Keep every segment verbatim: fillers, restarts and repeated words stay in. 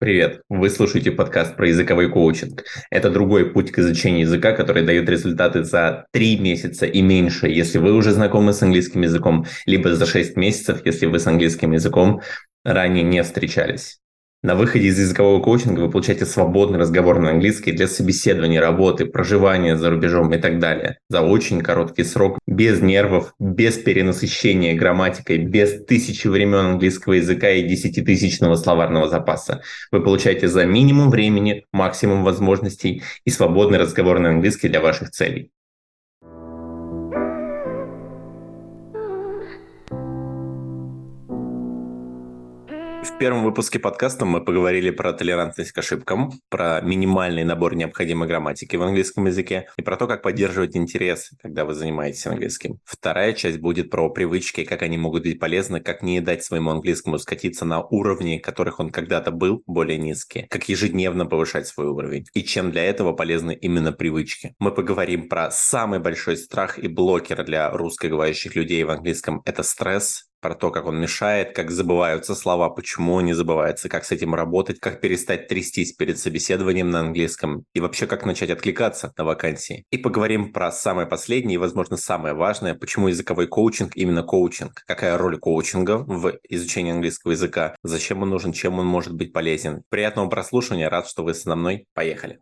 Привет! Вы слушаете подкаст про языковой коучинг. Это другой путь к изучению языка, который дает результаты за три месяца и меньше, если вы уже знакомы с английским языком, либо за шесть месяцев, если вы с английским языком ранее не встречались. На выходе из языкового коучинга вы получаете свободный разговор на английский для собеседования, работы, проживания за рубежом и так далее. За очень короткий срок, без нервов, без перенасыщения грамматикой, без тысячи времен английского языка и десятитысячного словарного запаса. Вы получаете за минимум времени, максимум возможностей и свободный разговор на английский для ваших целей. В первом выпуске подкаста мы поговорили про толерантность к ошибкам, про минимальный набор необходимой грамматики в английском языке и про то, как поддерживать интерес, когда вы занимаетесь английским. Вторая часть будет про привычки, как они могут быть полезны, как не дать своему английскому скатиться на уровни, которых он когда-то был, более низкие, как ежедневно повышать свой уровень и чем для этого полезны именно привычки. Мы поговорим про самый большой страх и блокер для русскоговорящих людей в английском – это стресс, про то, как он мешает, как забываются слова, почему они забываются, как с этим работать, как перестать трястись перед собеседованием на английском и вообще как начать откликаться на вакансии. И поговорим про самое последнее и, возможно, самое важное, почему языковой коучинг именно коучинг, какая роль коучинга в изучении английского языка, зачем он нужен, чем он может быть полезен. Приятного прослушивания, рад, что вы со мной. Поехали!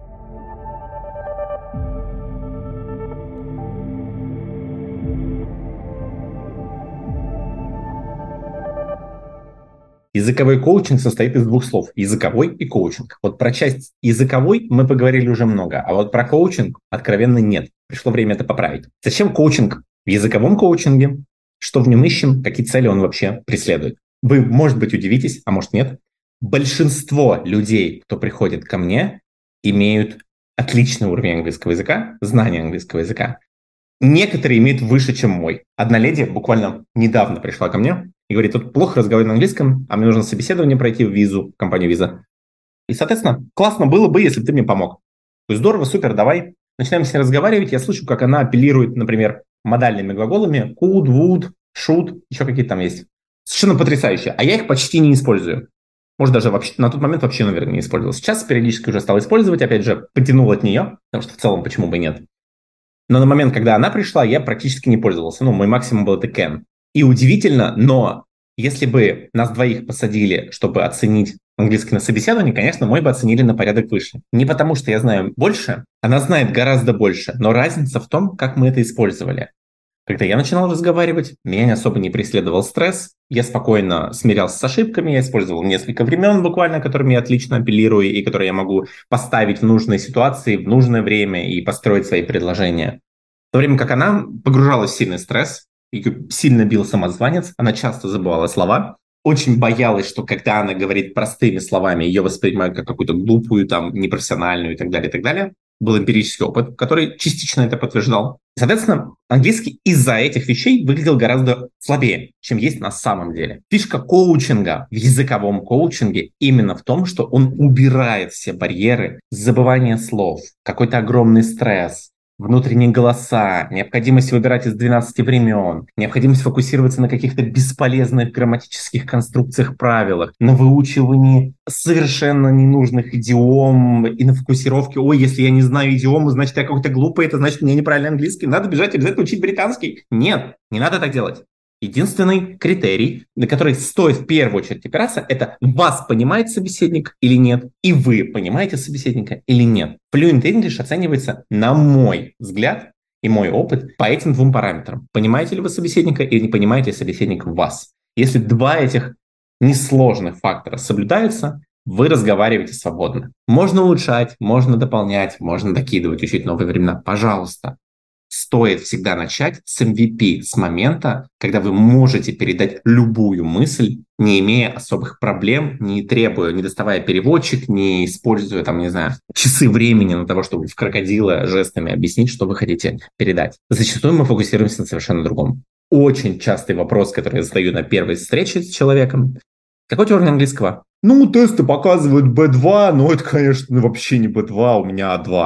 Языковой коучинг состоит из двух слов – языковой и коучинг. Вот про часть языковой мы поговорили уже много, а вот про коучинг откровенно нет. Пришло время это поправить. Зачем коучинг в языковом коучинге? Что в нем ищем? Какие цели он вообще преследует? Вы, может быть, удивитесь, а может нет. Большинство людей, кто приходит ко мне, имеют отличный уровень английского языка, знание английского языка. Некоторые имеют выше, чем мой. Одна леди буквально недавно пришла ко мне и говорит: тут плохо разговариваю на английском, а мне нужно собеседование пройти в визу, в компанию Visa. И, соответственно, классно было бы, если бы ты мне помог. То есть здорово, супер, давай. Начинаем с ней разговаривать, я слышу, как она апеллирует, например, модальными глаголами could, would, should, еще какие-то там есть. Совершенно потрясающе. А я их почти не использую. Может, даже вообще, на тот момент вообще, наверное, не использовал. Сейчас периодически уже стал использовать, опять же, потянул от нее, потому что в целом почему бы и нет. Но на момент, когда она пришла, я практически не пользовался. Ну, мой максимум был это can. И удивительно, но если бы нас двоих посадили, чтобы оценить английский на собеседовании, конечно, мой бы оценили на порядок выше. Не потому, что я знаю больше, она знает гораздо больше, но разница в том, как мы это использовали. Когда я начинал разговаривать, меня особо не преследовал стресс, я спокойно смирялся с ошибками, я использовал несколько времен буквально, которыми я отлично апеллирую и которые я могу поставить в нужные ситуации, в нужное время и построить свои предложения. В то время как она погружалась в сильный стресс, ее сильно бил самозванец, она часто забывала слова, очень боялась, что когда она говорит простыми словами, ее воспринимают как какую-то глупую, там, непрофессиональную и так далее, и так далее. Был эмпирический опыт, который частично это подтверждал. Соответственно, английский из-за этих вещей выглядел гораздо слабее, чем есть на самом деле. Фишка коучинга в языковом коучинге именно в том, что он убирает все барьеры, забывание слов, какой-то огромный стресс, внутренние голоса, необходимость выбирать из двенадцати времен, необходимость фокусироваться на каких-то бесполезных грамматических конструкциях, правилах, на выучивании совершенно ненужных идиом и на фокусировке: ой, если я не знаю идиому, значит я какой-то глупый, это значит мне неправильно английский, надо бежать обязательно учить британский. Нет, не надо так делать. Единственный критерий, на который стоит в первую очередь опираться, это вас понимает собеседник или нет, и вы понимаете собеседника или нет. Fluent English оценивается, на мой взгляд и мой опыт, по этим двум параметрам. Понимаете ли вы собеседника или не понимаете ли собеседник вас? Если два этих несложных фактора соблюдаются, вы разговариваете свободно. Можно улучшать, можно дополнять, можно докидывать, учить новые времена. Пожалуйста. Стоит всегда начать с эм ви пи, с момента, когда вы можете передать любую мысль, не имея особых проблем, не требуя, не доставая переводчик, не используя, там, не знаю, часы времени на того, чтобы в крокодила жестами объяснить, что вы хотите передать. Зачастую мы фокусируемся на совершенно другом. Очень частый вопрос, который я задаю на первой встрече с человеком: какой у тебя уровень английского? Ну, тесты показывают би два, но это, конечно, вообще не би два, у меня а два.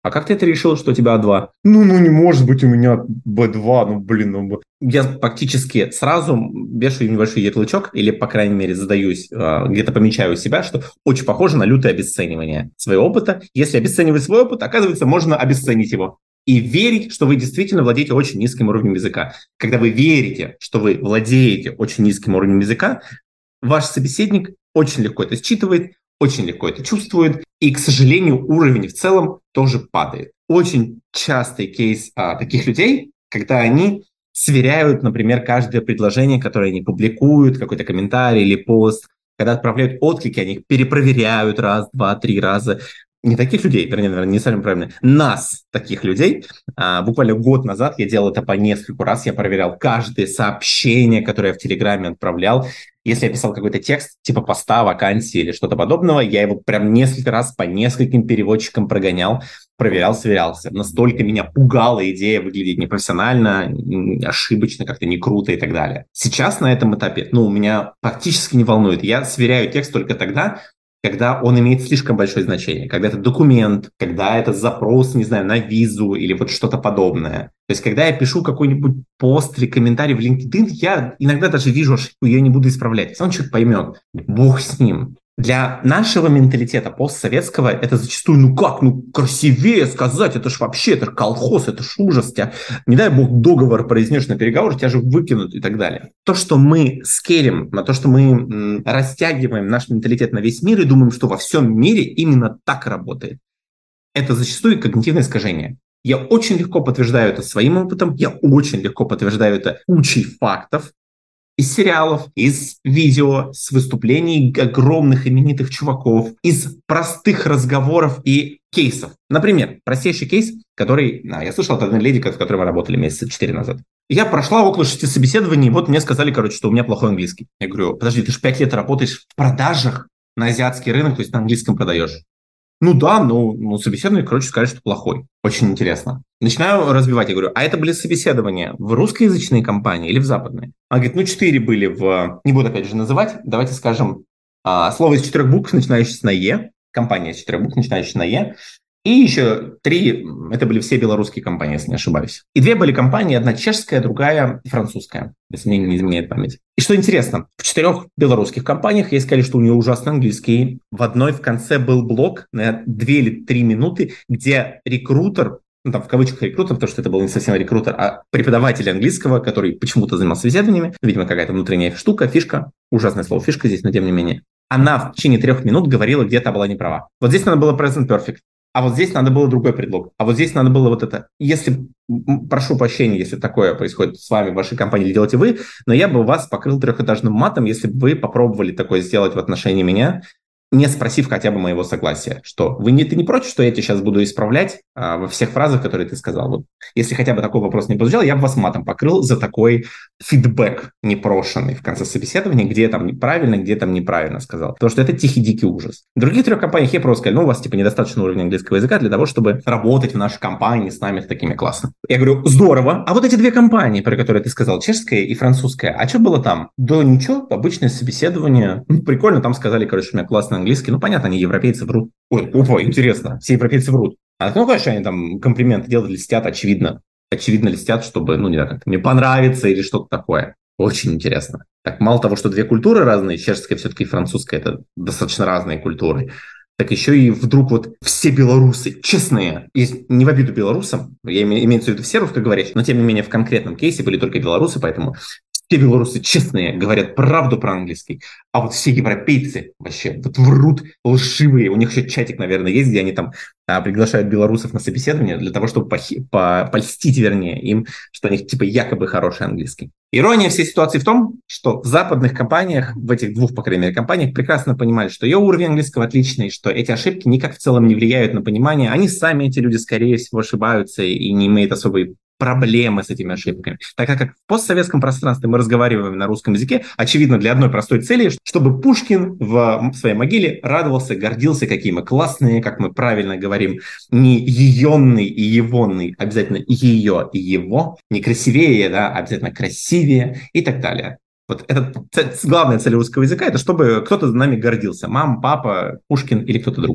А как ты это решил, что у тебя А два? Ну, ну не может быть у меня Бэ два, ну блин, ну... Я практически сразу вешаю небольшой ярлычок, или, по крайней мере, задаюсь, где-то помечаю у себя, что очень похоже на лютое обесценивание своего опыта. Если обесценивать свой опыт, оказывается, можно обесценить его. И верить, что вы действительно владеете очень низким уровнем языка. Когда вы верите, что вы владеете очень низким уровнем языка, ваш собеседник очень легко это считывает, очень легко это чувствует, и, к сожалению, уровень в целом тоже падает. Очень частый кейс а, таких людей, когда они сверяют, например, каждое предложение, которое они публикуют, какой-то комментарий или пост, когда отправляют отклики, они их перепроверяют раз, два, три раза. Не таких людей, вернее, наверное, не совсем правильно, нас, таких людей. А, буквально год назад я делал это по нескольку раз, я проверял каждое сообщение, которое я в Телеграме отправлял. Если я писал какой-то текст, типа поста, вакансии или что-то подобного, я его прям несколько раз по нескольким переводчикам прогонял, проверял, сверялся. Настолько меня пугала идея выглядеть непрофессионально, ошибочно, как-то не круто и так далее. Сейчас на этом этапе, ну, меня практически не волнует. Я сверяю текст только тогда, когда он имеет слишком большое значение, когда это документ, когда это запрос, не знаю, на визу или вот что-то подобное. То есть, когда я пишу какой-нибудь пост или комментарий в LinkedIn, я иногда даже вижу ошибку, ее не буду исправлять. Если он человек поймет, бог с ним. Для нашего менталитета постсоветского это зачастую, ну как, ну красивее сказать, это ж вообще, это ж колхоз, это ж ужас, тебя, не дай бог, договор произнешь на переговоры, тебя же выкинут и так далее. То, что мы скелим, на то, что мы м, растягиваем наш менталитет на весь мир и думаем, что во всем мире именно так работает, это зачастую когнитивное искажение. Я очень легко подтверждаю это своим опытом, я очень легко подтверждаю это кучей фактов, из сериалов, из видео, с выступлений огромных именитых чуваков, из простых разговоров и кейсов. Например, простейший кейс, который а, я слышал от одной леди, с которой мы работали месяца четыре назад. Я прошла около шести собеседований, и вот мне сказали, короче, что у меня плохой английский. Я говорю, подожди, ты же пять лет работаешь в продажах на азиатский рынок, то есть на английском продаешь. Ну да, ну, ну собеседование, короче, сказали, что плохой. Очень интересно. Начинаю разбивать, я говорю, а это были собеседования в русскоязычные компании или в западные? Она говорит, ну четыре были в, не буду опять же называть, давайте скажем, а, слово из четырех букв, начинающееся на Е, компания из четырех букв, начинающаяся на Е, и еще три, это были все белорусские компании, если не ошибаюсь. И две были компании, одна чешская, другая французская, если мне не изменяет память. И что интересно, в четырех белорусских компаниях ей сказали, что у нее ужасный английский. В одной в конце был блок на две или три минуты, где рекрутер, ну там в кавычках рекрутер, потому что это был не совсем рекрутер, а преподаватель английского, который почему-то занимался собеседованиями, видимо, какая-то внутренняя штука, фишка, ужасное слово фишка здесь, но тем не менее. Она в течение трех минут говорила, где та была неправа. Вот здесь надо было present perfect. А вот здесь надо было другой предлог. А вот здесь надо было вот это. Если, прошу прощения, если такое происходит с вами в вашей компании, или делаете вы, но я бы вас покрыл трехэтажным матом, если бы вы попробовали такое сделать в отношении меня, не спросив хотя бы моего согласия. Что вы не, ты не против, что я тебя сейчас буду исправлять а, во всех фразах, которые ты сказал? Вот, если хотя бы такой вопрос не прозвучал, я бы вас матом покрыл за такой фидбэк непрошенный в конце собеседования, где я там правильно, где там неправильно сказал. Потому что это тихий дикий ужас. В других трех компаниях я просто сказал, ну, у вас типа недостаточно уровня английского языка для того, чтобы работать в нашей компании с нами такими классно. Я говорю, здорово. А вот эти две компании, про которые ты сказал, чешская и французская, а что было там? Да ничего, обычное собеседование. Ну, прикольно, там сказали, короче, у меня классный английский. Ну, понятно, они европейцы врут. Ой, опа, интересно, все европейцы врут. А ну, конечно, они там комплименты делают, льстят, очевидно. Очевидно льстят, чтобы, ну, не знаю, как-то мне понравится или что-то такое. Очень интересно. Так, мало того, что две культуры разные, чешская все-таки и французская, это достаточно разные культуры, так еще и вдруг вот все белорусы честные. И не в обиду белорусам, я имею, имеется в виду все русскоговорящие, но тем не менее в конкретном кейсе были только белорусы, поэтому все белорусы честные, говорят правду про английский, а вот все европейцы вообще вот врут, лживые. У них еще чатик, наверное, есть, где они там а, приглашают белорусов на собеседование для того, чтобы похи- по- польстить, вернее, им, что у них типа якобы хороший английский. Ирония всей ситуации в том, что в западных компаниях, в этих двух, по крайней мере, компаниях, прекрасно понимали, что ее уровень английского отличный, что эти ошибки никак в целом не влияют на понимание. Они сами, эти люди, скорее всего, ошибаются и не имеют особой проблемы с этими ошибками. Так как в постсоветском пространстве мы разговариваем на русском языке, очевидно, для одной простой цели, чтобы Пушкин в своей могиле радовался, гордился, какие мы классные, как мы правильно говорим, не еенный и егонный, обязательно ее и его, не красивее, да, обязательно красивее и так далее. Вот это главная цель русского языка, это чтобы кто-то нами гордился. Мама, папа, Пушкин или кто-то другой.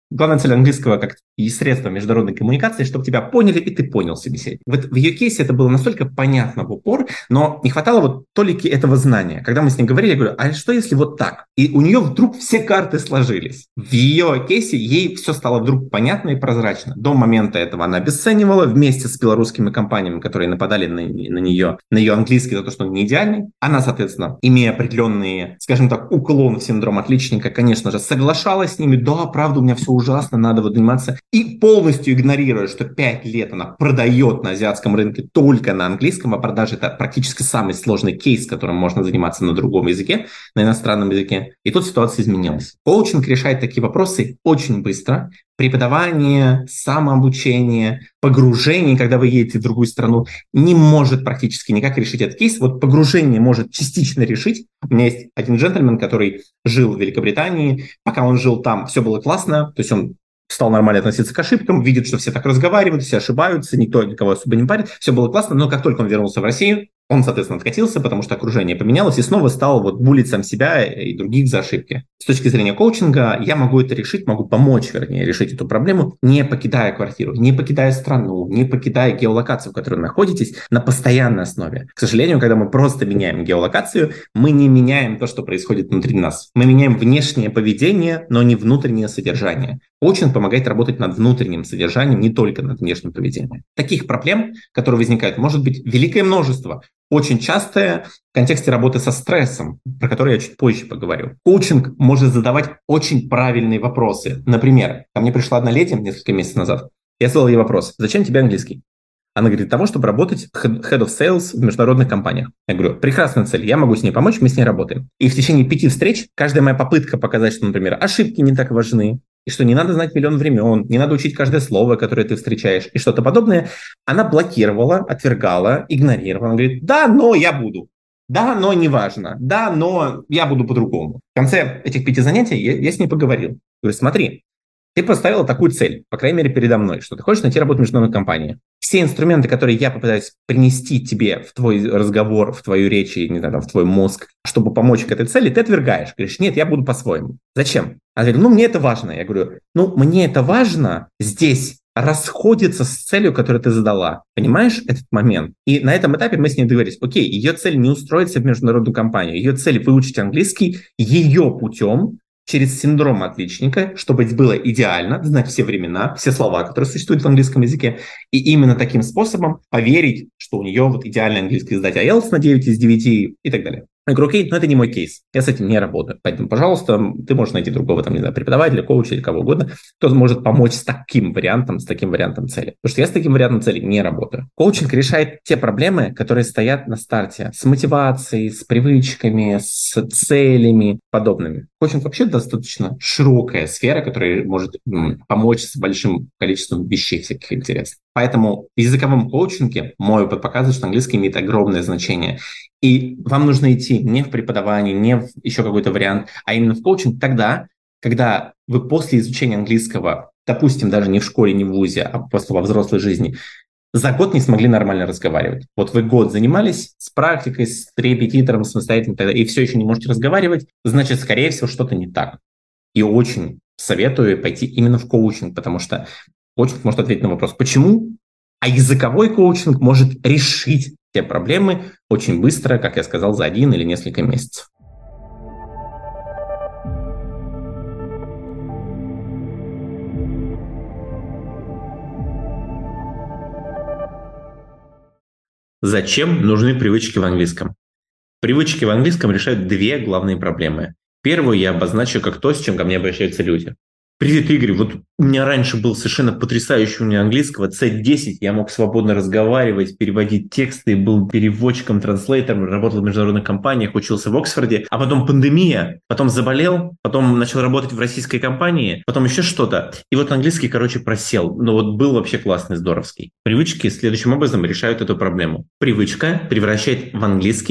Главная цель английского как и средство международной коммуникации, чтобы тебя поняли, и ты понял собеседника. Вот в ее кейсе это было настолько понятно в упор, но не хватало вот толики этого знания. Когда мы с ней говорили, я говорю, а что если вот так? И у нее вдруг все карты сложились. В ее кейсе ей все стало вдруг понятно и прозрачно. До момента этого она обесценивала вместе с белорусскими компаниями, которые нападали на, на нее, на ее английский за то, что он не идеальный. Она, соответственно, имея определенные, скажем так, уклон в синдром отличника, конечно же, соглашалась с ними. Да, правда, у меня все ужасно, надо вот заниматься. И полностью игнорируя, что пять лет она продает на азиатском рынке только на английском, а продажа — это практически самый сложный кейс, которым можно заниматься на другом языке, на иностранном языке. И тут ситуация изменилась. Коучинг решает такие вопросы очень быстро. Преподавание, самообучение, погружение, когда вы едете в другую страну, не может практически никак решить этот кейс. Вот погружение может частично решить. У меня есть один джентльмен, который жил в Великобритании. Пока он жил там, все было классно. То есть он стал нормально относиться к ошибкам, видит, что все так разговаривают, все ошибаются, никто никого особо не парит. Все было классно, но как только он вернулся в Россию, он, соответственно, откатился, потому что окружение поменялось, и снова стал вот булить сам себя и других за ошибки. С точки зрения коучинга я могу это решить, могу помочь, вернее, решить эту проблему, не покидая квартиру, не покидая страну, не покидая геолокацию, в которой вы находитесь, на постоянной основе. К сожалению, когда мы просто меняем геолокацию, мы не меняем то, что происходит внутри нас. Мы меняем внешнее поведение, но не внутреннее содержание. Коучинг помогает работать над внутренним содержанием, не только над внешним поведением. Таких проблем, которые возникают, может быть великое множество. Очень частое в контексте работы со стрессом, про который я чуть позже поговорю. Коучинг может задавать очень правильные вопросы. Например, ко мне пришла одна леди несколько месяцев назад. Я задал ей вопрос: зачем тебе английский? Она говорит: для того, чтобы работать head of sales в международных компаниях. Я говорю: прекрасная цель, я могу с ней помочь, мы с ней работаем. И в течение пяти встреч каждая моя попытка показать, что, например, ошибки не так важны, и что не надо знать миллион времен, не надо учить каждое слово, которое ты встречаешь, и что-то подобное, она блокировала, отвергала, игнорировала. Она говорит: да, но я буду. Да, но неважно. Да, но я буду по-другому. В конце этих пяти занятий я, я с ней поговорил. Говорю: смотри, ты поставила такую цель, по крайней мере, передо мной, что ты хочешь найти работу в международной компании. Все инструменты, которые я попытаюсь принести тебе в твой разговор, в твою речь, не знаю, там, в твой мозг, чтобы помочь к этой цели, ты отвергаешь. Говоришь: нет, я буду по-своему. Зачем? Она говорит: ну, мне это важно. Я говорю: ну, мне это важно здесь расходится с целью, которую ты задала. Понимаешь этот момент? И на этом этапе мы с ней договорились: окей, ее цель не устроиться в международную компанию, ее цель выучить английский ее путем, через синдром отличника, чтобы было идеально, знать все времена, все слова, которые существуют в английском языке, и именно таким способом поверить, что у нее вот идеальный английский, сдать ай эл ти эс на девять из девяти и так далее. Я говорю: окей, но это не мой кейс, я с этим не работаю. Поэтому, пожалуйста, ты можешь найти другого там, не знаю, преподавателя, коуча или кого угодно, кто может помочь с таким вариантом, с таким вариантом цели. Потому что я с таким вариантом цели не работаю. Коучинг решает те проблемы, которые стоят на старте, с мотивацией, с привычками, с целями, подобными. Коучинг вообще достаточно широкая сфера, которая может м, помочь с большим количеством вещей всяких интересных. Поэтому в языковом коучинге мой опыт показывает, что английский имеет огромное значение. И вам нужно идти не в преподавание, не в еще какой-то вариант, а именно в коучинг тогда, когда вы после изучения английского, допустим, даже не в школе, не в вузе, а просто во взрослой жизни, за год не смогли нормально разговаривать. Вот вы год занимались с практикой, с репетитором, самостоятельно, и все еще не можете разговаривать, значит, скорее всего, что-то не так. И очень советую пойти именно в коучинг, потому что коучинг может ответить на вопрос «почему?», а языковой коучинг может решить те проблемы очень быстро, как я сказал, за один или несколько месяцев. Зачем нужны привычки в английском? Привычки в английском решают две главные проблемы. Первую я обозначу как то, с чем ко мне обращаются люди. Привет, Игорь, вот у меня раньше был совершенно потрясающий уровень английского, си десять, я мог свободно разговаривать, переводить тексты, был переводчиком, транслейтером, работал в международных компаниях, учился в Оксфорде, а потом пандемия, потом заболел, потом начал работать в российской компании, потом еще что-то, и вот английский, короче, просел, но вот был вообще классный, здоровский. Привычки следующим образом решают эту проблему. Привычка превращает в английский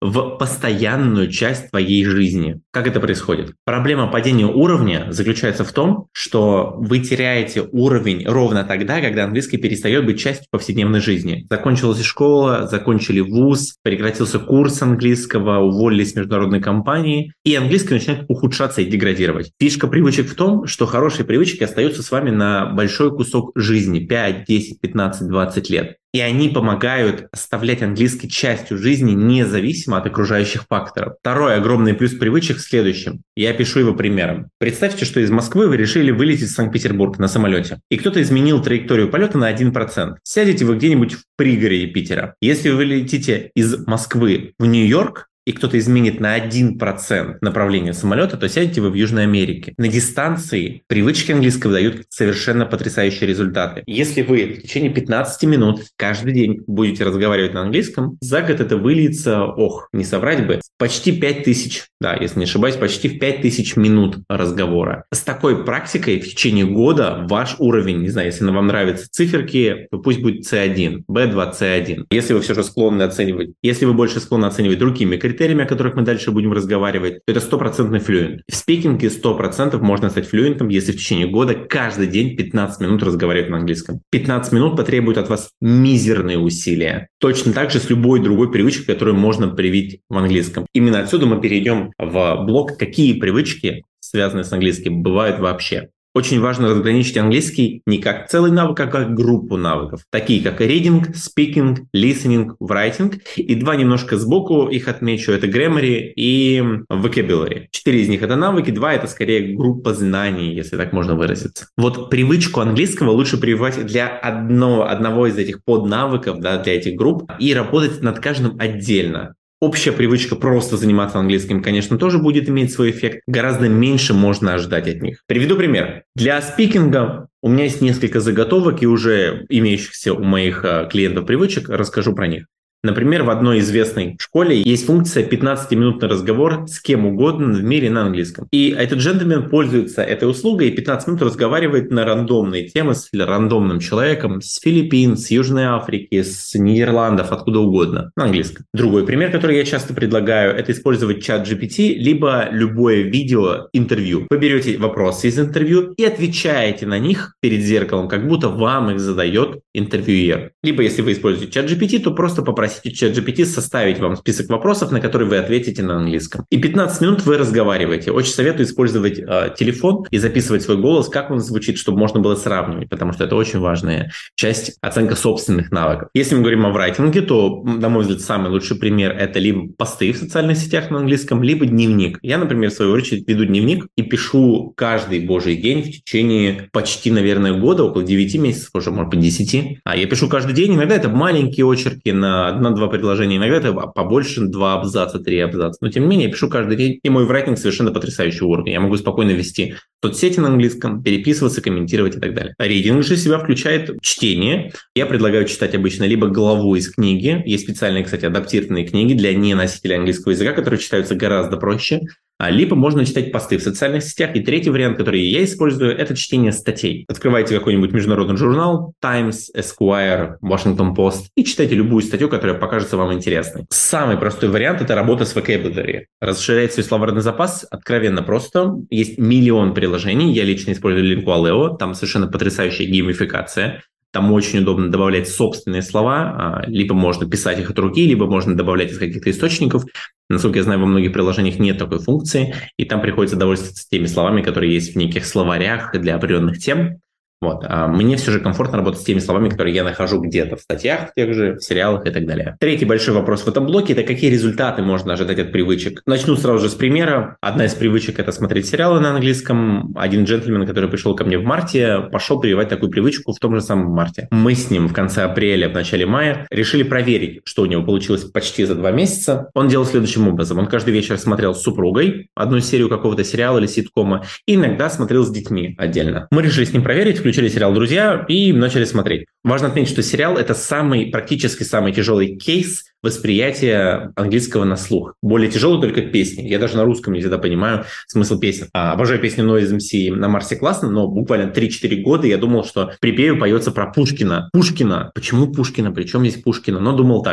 в постоянную часть твоей жизни. Как это происходит? Проблема падения уровня заключается в том, что вы теряете уровень ровно тогда, когда английский перестает быть частью повседневной жизни. Закончилась школа, закончили вуз, прекратился курс английского, уволились в международной компании, и английский начинает ухудшаться и деградировать. Фишка привычек в том, что хорошие привычки остаются с вами на большой кусок жизни, пять, десять, пятнадцать, двадцать лет. И они помогают оставлять английский частью жизни независимо от окружающих факторов. Второй огромный плюс привычек в следующем. Я пишу его примером. Представьте, что из Москвы вы решили вылететь в Санкт-Петербург на самолете, и кто-то изменил траекторию полета на один процент. Сядете вы где-нибудь в пригороде Питера. Если вы летите из Москвы в Нью-Йорк, и кто-то изменит на один процент направление самолета, то сядете вы в Южной Америке. На дистанции привычки английского дают совершенно потрясающие результаты. Если вы в течение пятнадцати минут каждый день будете разговаривать на английском, за год это выльется, ох, не соврать бы, почти пять тысяч, да, если не ошибаюсь, почти в пять тысяч минут разговора. С такой практикой в течение года ваш уровень, не знаю, если вам нравятся циферки, то пусть будет си один, би два, си один. Если вы все же склонны оценивать, если вы больше склонны оценивать другими критериями, критериями, о которых мы дальше будем разговаривать, то это стопроцентный флюент. В спикинге сто процентов можно стать флюентом, если в течение года каждый день пятнадцать минут разговаривать на английском. пятнадцать минут потребует от вас мизерные усилия. Точно так же с любой другой привычкой, которую можно привить в английском. Именно отсюда мы перейдем в блок, какие привычки, связанные с английским, бывают вообще. Очень важно разграничить английский не как целый навык, а как группу навыков, такие как reading, speaking, listening, writing. И два немножко сбоку их отмечу, это grammar и vocabulary. Четыре из них это навыки, два это скорее группа знаний, если так можно выразиться. Вот привычку английского лучше прививать для одного, одного из этих поднавыков, да, для этих групп, и работать над каждым отдельно. Общая привычка просто заниматься английским, конечно, тоже будет иметь свой эффект. Гораздо меньше можно ожидать от них. Приведу пример. Для спикинга у меня есть несколько заготовок и уже имеющихся у моих клиентов привычек. Расскажу про них. Например, в одной известной школе есть функция пятнадцатиминутный разговор с кем угодно в мире на английском. И этот джентльмен пользуется этой услугой и пятнадцать минут разговаривает на рандомные темы с рандомным человеком с Филиппин, с Южной Африки, с Нидерландов, откуда угодно, на английском. Другой пример, который я часто предлагаю, это использовать чат джи пи ти, либо любое видео интервью. Вы берете вопросы из интервью и отвечаете на них перед зеркалом, как будто вам их задает интервьюер. Либо если вы используете чат джи пи ти, то просто попросите чат джи пи ти составить вам список вопросов, на которые вы ответите на английском. И пятнадцать минут вы разговариваете. Очень советую использовать э, телефон и записывать свой голос, как он звучит, чтобы можно было сравнивать, потому что это очень важная часть оценка собственных навыков. Если мы говорим о врайтинге, то, на мой взгляд, самый лучший пример – это либо посты в социальных сетях на английском, либо дневник. Я, например, в свою очередь веду дневник и пишу каждый божий день в течение почти, наверное, года, около девяти месяцев, уже, может быть, десяти. А я пишу каждый день, иногда это маленькие очерки на на два предложения, иногда это побольше, два абзаца, три абзаца. Но, тем не менее, я пишу каждый день, и мой writing совершенно потрясающего уровня. Я могу спокойно вести соцсети на английском, переписываться, комментировать и так далее. Reading же себя включает чтение. Я предлагаю читать обычно либо главу из книги, есть специальные, кстати, адаптированные книги для неносителей английского языка, которые читаются гораздо проще, либо можно читать посты в социальных сетях. И третий вариант, который я использую, это чтение статей. Открывайте какой-нибудь международный журнал, Times, Esquire, Washington Post, и читайте любую статью, которая покажется вам интересной. Самый простой вариант – это работа с vocabulary. Расширять свой словарный запас откровенно просто. Есть миллион приложений. Я лично использую Lingualeo. Там совершенно потрясающая геймификация. Там очень удобно добавлять собственные слова, либо можно писать их от руки, либо можно добавлять из каких-то источников. Насколько я знаю, во многих приложениях нет такой функции, и там приходится довольствоваться теми словами, которые есть в неких словарях для определенных тем. Вот. А мне все же комфортно работать с теми словами, которые я нахожу где-то в статьях, в тех же, в сериалах и так далее. Третий большой вопрос в этом блоке – это какие результаты можно ожидать от привычек. Начну сразу же с примера. Одна из привычек – это смотреть сериалы на английском. Один джентльмен, который пришел ко мне в марте, пошел прививать такую привычку в том же самом марте. Мы с ним в конце апреля, в начале мая решили проверить, что у него получилось почти за два месяца. Он делал следующим образом. Он каждый вечер смотрел с супругой одну серию какого-то сериала или ситкома, и иногда смотрел с детьми отдельно. Мы решили с ним проверить, включили сериал «Друзья» и начали смотреть. Важно отметить, что сериал – это самый, практически самый тяжелый кейс восприятия английского на слух. Более тяжелый только песни. Я даже на русском не всегда понимаю смысл песен. А, обожаю песню Noise эм си «На Марсе» классно, но буквально три-четыре года я думал, что в припеве поется про Пушкина. Пушкина. Почему Пушкина? Причем здесь Пушкина? Но думал так.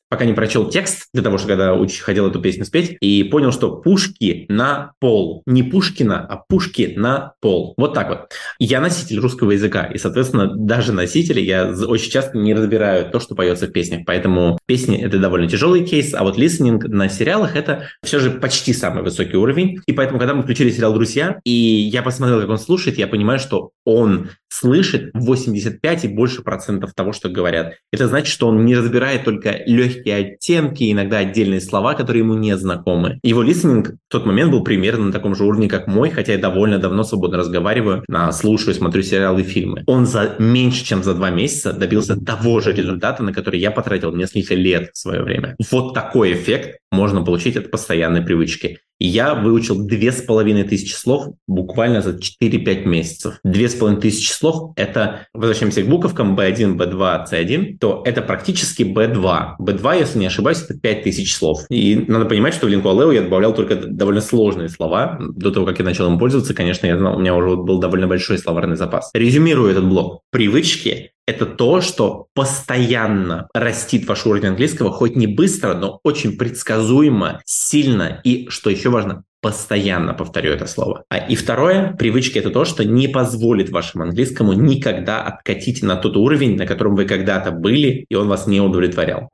пока не прочел текст для того, чтобы когда уч- хотел эту песню спеть, и понял, что пушки на пол. Не Пушкина, а пушки на пол. Вот так вот. Я носитель русского языка, и, соответственно, даже носители я очень часто не разбираю то, что поется в песнях. Поэтому песни — это довольно тяжелый кейс, а вот листенинг на сериалах — это все же почти самый высокий уровень. И поэтому, когда мы включили сериал «Друзья», и я посмотрел, как он слушает, я понимаю, что он слышит восемьдесят пять и больше процентов того, что говорят. Это значит, что он не разбирает только легкие оттенки, иногда отдельные слова, которые ему не знакомы. Его листенинг в тот момент был примерно на таком же уровне, как мой, хотя я довольно давно свободно разговариваю, слушаю, смотрю сериалы и фильмы. Он за меньше, чем за два месяца добился того же результата, на который я потратил несколько лет в свое время. Вот такой эффект можно получить от постоянной привычки. И я выучил две с половиной тысячи слов буквально за четыре-пять месяцев. Две с половиной тысячи слов — это, возвращаемся к буковкам би один, би два, си один, то это практически би два. би два, если не ошибаюсь, это пять тысяч слов. И надо понимать, что в Lingua.leo я добавлял только довольно сложные слова. До того, как я начал им пользоваться, конечно, я знал, у меня уже был довольно большой словарный запас. Резюмирую этот блок. Привычки — это то, что постоянно растит ваш уровень английского, хоть не быстро, но очень предсказуемо, сильно и, что еще важно, постоянно, повторю это слово. А и второе, привычки — это то, что не позволит вашему английскому никогда откатить на тот уровень, на котором вы когда-то были, и он вас не удовлетворял.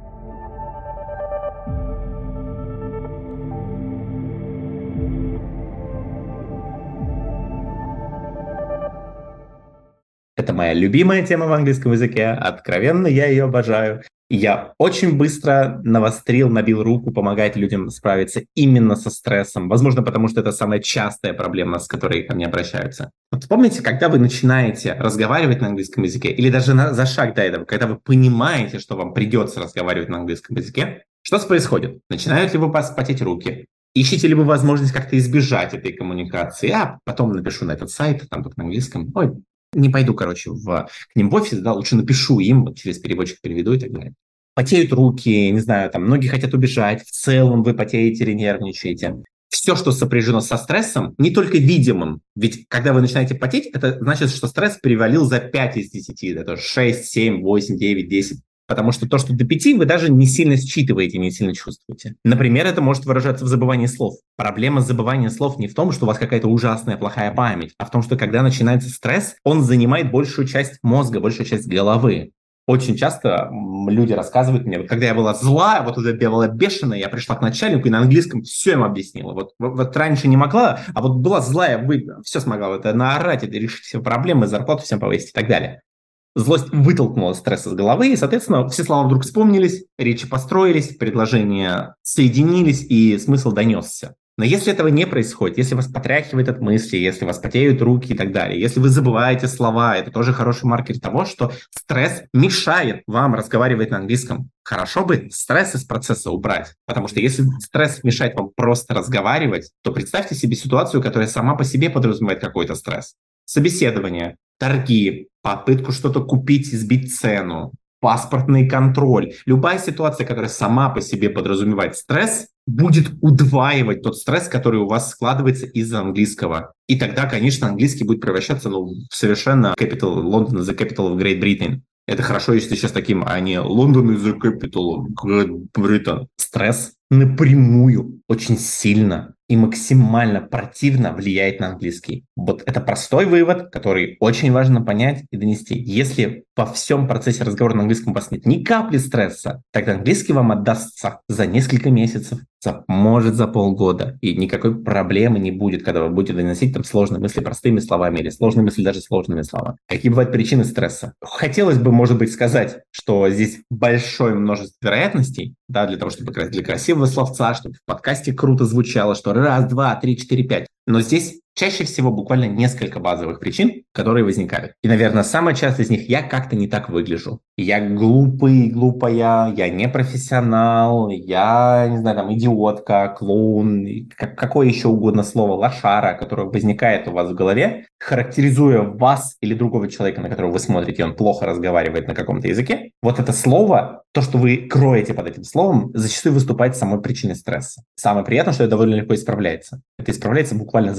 Это моя любимая тема в английском языке. Откровенно, я ее обожаю. Я очень быстро навострил, набил руку помогать людям справиться именно со стрессом. Возможно, потому что это самая частая проблема, с которой ко мне обращаются. Вот помните, когда вы начинаете разговаривать на английском языке, или даже на, за шаг до этого, когда вы понимаете, что вам придется разговаривать на английском языке, что происходит? Начинают ли вы потеть руки? Ищете ли вы возможность как-то избежать этой коммуникации? А потом напишу на этот сайт, там только на английском. Ой, не пойду, короче, в, к ним в офис, да, лучше напишу им, вот через переводчик переведу и так далее. Потеют руки, не знаю, там, многие хотят убежать, в целом вы потеете или нервничаете. Все, что сопряжено со стрессом, не только видимым, ведь когда вы начинаете потеть, это значит, что стресс перевалил за пять из десяти, это шесть, семь, восемь, девять, десять. Потому что то, что до пяти, вы даже не сильно считываете, не сильно чувствуете. Например, это может выражаться в забывании слов. Проблема забывания слов не в том, что у вас какая-то ужасная плохая память, а в том, что когда начинается стресс, он занимает большую часть мозга, большую часть головы. Очень часто люди рассказывают мне, вот когда я была злая, вот уже я была бешеная, я пришла к начальнику и на английском все им объяснила. Вот, вот, вот раньше не могла, а вот была злая, вы все смогла. Это наорать, это решить все проблемы, зарплату всем повысить и так далее. Злость вытолкнула стресс из головы, и, соответственно, все слова вдруг вспомнились, речи построились, предложения соединились, и смысл донесся. Но если этого не происходит, если вас потряхивает от мысли, если вас потеют руки и так далее, если вы забываете слова, это тоже хороший маркер того, что стресс мешает вам разговаривать на английском. Хорошо бы стресс из процесса убрать, потому что если стресс мешает вам просто разговаривать, то представьте себе ситуацию, которая сама по себе подразумевает какой-то стресс. Собеседование, торги, попытку что-то купить и сбить цену, паспортный контроль. Любая ситуация, которая сама по себе подразумевает стресс, будет удваивать тот стресс, который у вас складывается из-за английского. И тогда, конечно, английский будет превращаться ну, в совершенно capital, London is the capital of Great Britain. Это хорошо, если сейчас таким, а не London is the capital of Great Britain. Стресс напрямую, очень сильно и максимально противно влияет на английский. Вот это простой вывод, который очень важно понять и донести. Если во всем процессе разговора на английском у вас нет ни капли стресса, тогда английский вам отдастся за несколько месяцев, за, может за полгода, и никакой проблемы не будет, когда вы будете доносить там сложные мысли простыми словами или сложные мысли даже сложными словами. Какие бывают причины стресса? Хотелось бы, может быть, сказать, что здесь большое множество вероятностей, да, для того, чтобы для красивого словца, чтобы в подкасте круто звучало, что раз, два, три, четыре, пять. Но здесь чаще всего буквально несколько базовых причин, которые возникают. И, наверное, самая частая из них — я как-то не так выгляжу. Я глупый, глупая, я не профессионал, я, не знаю, там, идиотка, клоун, как, какое еще угодно слово, лошара, которое возникает у вас в голове, характеризуя вас или другого человека, на которого вы смотрите, он плохо разговаривает на каком-то языке. Вот это слово, то, что вы кроете под этим словом, зачастую выступает самой причиной стресса. Самое приятное, что это довольно легко исправляется. Это исправляется буквально за неделю.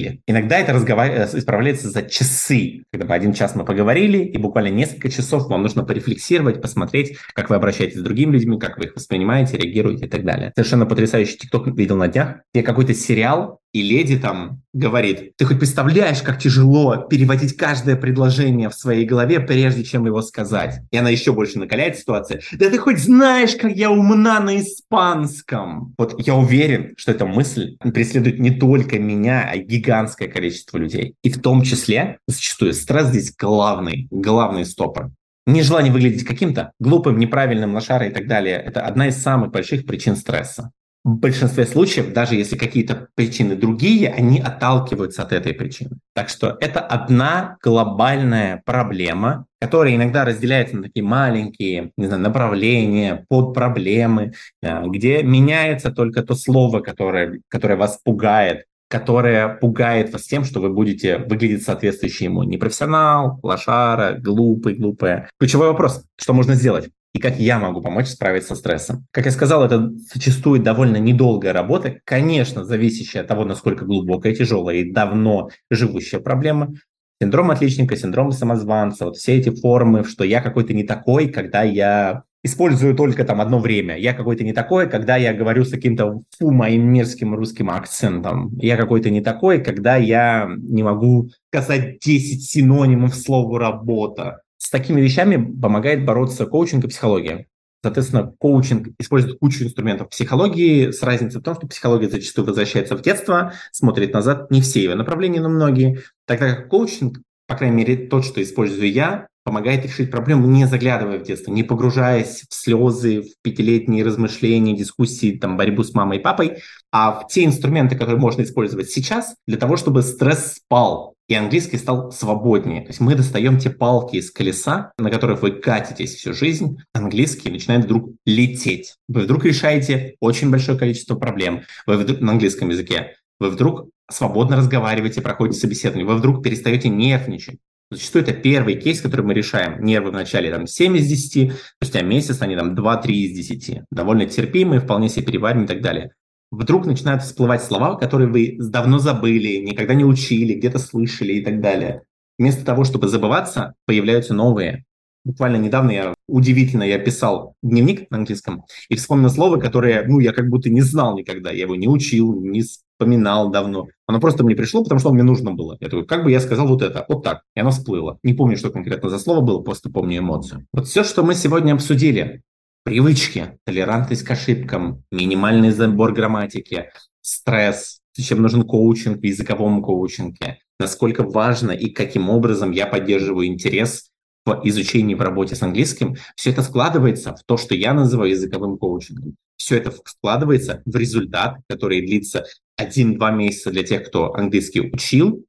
неделе. Иногда это разговар... исправляется за часы. Когда мы один час мы поговорили, и буквально несколько часов вам нужно порефлексировать, посмотреть, как вы обращаетесь с другими людьми, как вы их воспринимаете, реагируете и так далее. Совершенно потрясающий ТикТок видел на днях, где какой-то сериал, и леди там говорит: ты хоть представляешь, как тяжело переводить каждое предложение в своей голове, прежде чем его сказать? И она еще больше накаляет ситуацию. Да ты хоть знаешь, как я умна на испанском? Вот я уверен, что эта мысль преследует не только меня, а гигантское количество людей. И в том числе, зачастую, стресс здесь главный, главный стопор. Нежелание выглядеть каким-то глупым, неправильным, лошарой и так далее – это одна из самых больших причин стресса. В большинстве случаев, даже если какие-то причины другие, они отталкиваются от этой причины. Так что это одна глобальная проблема, которая иногда разделяется на такие маленькие, не знаю, направления, подпроблемы, где меняется только то слово, которое, которое вас пугает, которое пугает вас тем, что вы будете выглядеть соответствующе ему. Непрофессионал, лошара, глупый, глупая. Ключевой вопрос: что можно сделать? И как я могу помочь справиться со стрессом? Как я сказал, это зачастую довольно недолгая работа, конечно, зависящая от того, насколько глубокая, тяжелая и давно живущая проблема. Синдром отличника, синдром самозванца, вот все эти формы, что я какой-то не такой, когда я использую только там одно время. Я какой-то не такой, когда я говорю с каким-то фу, моим мерзким русским акцентом. Я какой-то не такой, когда я не могу сказать десять синонимов слову «работа». С такими вещами помогает бороться коучинг и психология. Соответственно, коучинг использует кучу инструментов психологии, с разницей в том, что психология зачастую возвращается в детство, смотрит назад, не все ее направления, но многие. Тогда как коучинг, по крайней мере, тот, что использую я, помогает решить проблему, не заглядывая в детство, не погружаясь в слезы, в пятилетние размышления, дискуссии, там, борьбу с мамой и папой, а в те инструменты, которые можно использовать сейчас для того, чтобы стресс спал, и английский стал свободнее. То есть мы достаем те палки из колеса, на которых вы катитесь всю жизнь, английский начинает вдруг лететь. Вы вдруг решаете очень большое количество проблем вы вдруг, на английском языке. Вы вдруг свободно разговариваете, проходите собеседование, вы вдруг перестаете нервничать. Зачастую это первый кейс, который мы решаем. Нервы вначале там семь из десяти, спустя месяц они там два-три из десяти. Довольно терпимые, вполне себе перевариваемые и так далее. Вдруг начинают всплывать слова, которые вы давно забыли, никогда не учили, где-то слышали и так далее. Вместо того, чтобы забываться, появляются новые. Буквально недавно я, удивительно, я писал дневник на английском и вспомнил слово, которое, ну, я как будто не знал никогда. Я его не учил, не вспоминал давно. Оно просто мне пришло, потому что мне нужно было. Я такой, как бы я сказал вот это, вот так. И оно всплыло. Не помню, что конкретно за слово было, просто помню эмоцию. Вот все, что мы сегодня обсудили. Привычки, толерантность к ошибкам, минимальный забор грамматики, стресс, зачем нужен коучинг в языковом коучинге, насколько важно и каким образом я поддерживаю интерес в изучении, в работе с английским, все это складывается в то, что я называю языковым коучингом. Все это складывается в результат, который длится один-два месяца для тех, кто английский учил,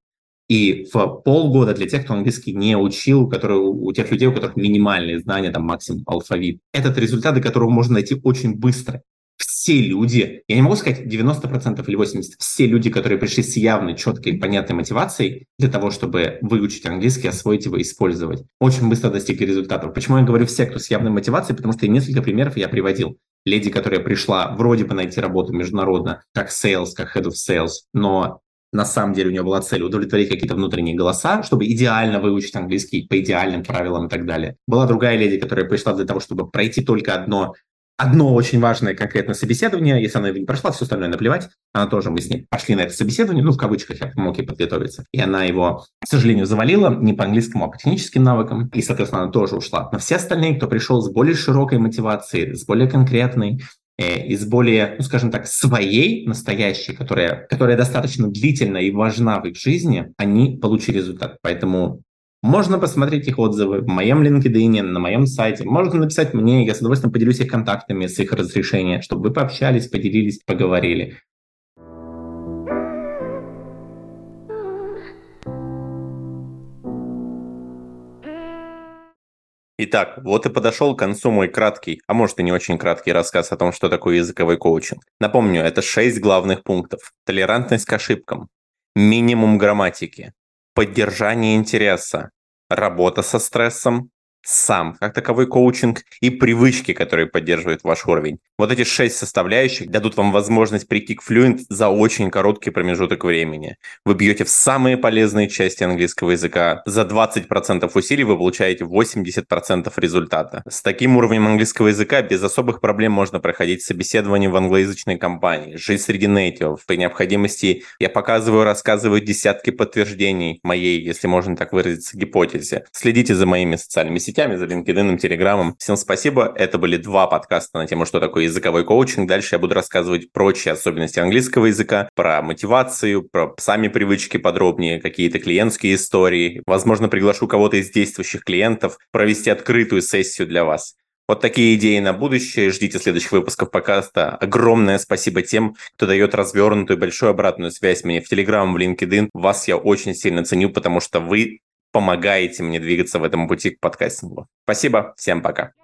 и в полгода для тех, кто английский не учил, которые, у тех людей, у которых минимальные знания, там максимум алфавит. Этот результат, до которого можно найти очень быстро. Все люди, я не могу сказать девяносто процентов или восемьдесят процентов, все люди, которые пришли с явной, четкой, понятной мотивацией для того, чтобы выучить английский, освоить его, использовать, очень быстро достигли результатов. Почему я говорю все, кто с явной мотивацией? Потому что несколько примеров я приводил. Леди, которая пришла вроде бы найти работу международно, как sales, как head of sales, но на самом деле у нее была цель удовлетворить какие-то внутренние голоса, чтобы идеально выучить английский по идеальным правилам и так далее. Была другая леди, которая пришла для того, чтобы пройти только одно, одно очень важное конкретное собеседование. Если она его не прошла, все остальное наплевать. Она тоже, мы с ней пошли на это собеседование, ну, в кавычках, я помог ей подготовиться. И она его, к сожалению, завалила не по английскому, а по техническим навыкам. И, соответственно, она тоже ушла. Но все остальные, кто пришел с более широкой мотивацией, с более конкретной, из более, ну, скажем так, своей, настоящей, которая, которая достаточно длительна и важна в их жизни, они получили результат. Поэтому можно посмотреть их отзывы в моем LinkedIn, на моем сайте. Можно написать мне, я с удовольствием поделюсь их контактами с их разрешения, чтобы вы пообщались, поделились, поговорили. Итак, вот и подошел к концу мой краткий, а может и не очень краткий рассказ о том, что такое языковой коучинг. Напомню, это шесть главных пунктов. Толерантность к ошибкам, минимум грамматики, поддержание интереса, работа со стрессом, сам, как таковой коучинг и привычки, которые поддерживают ваш уровень. Вот эти шесть составляющих дадут вам возможность прийти к Fluent за очень короткий промежуток времени. Вы бьете в самые полезные части английского языка. За двадцать процентов усилий вы получаете восемьдесят процентов результата. С таким уровнем английского языка без особых проблем можно проходить собеседование в англоязычной компании, жить среди нейтивов. При необходимости я показываю, рассказываю десятки подтверждений моей, если можно так выразиться, гипотезе. Следите за моими социальными сетями, за LinkedIn, Телеграмом. Всем спасибо. Это были два подкаста на тему, что такое языковой коучинг. Дальше я буду рассказывать прочие особенности английского языка, про мотивацию, про сами привычки подробнее, какие-то клиентские истории. Возможно, приглашу кого-то из действующих клиентов провести открытую сессию для вас. Вот такие идеи на будущее. Ждите следующих выпусков подкаста. Огромное спасибо тем, кто дает развернутую большую обратную связь мне в Telegram, в LinkedIn. Вас я очень сильно ценю, потому что вы помогаете мне двигаться в этом пути к подкастингу. Спасибо, всем пока.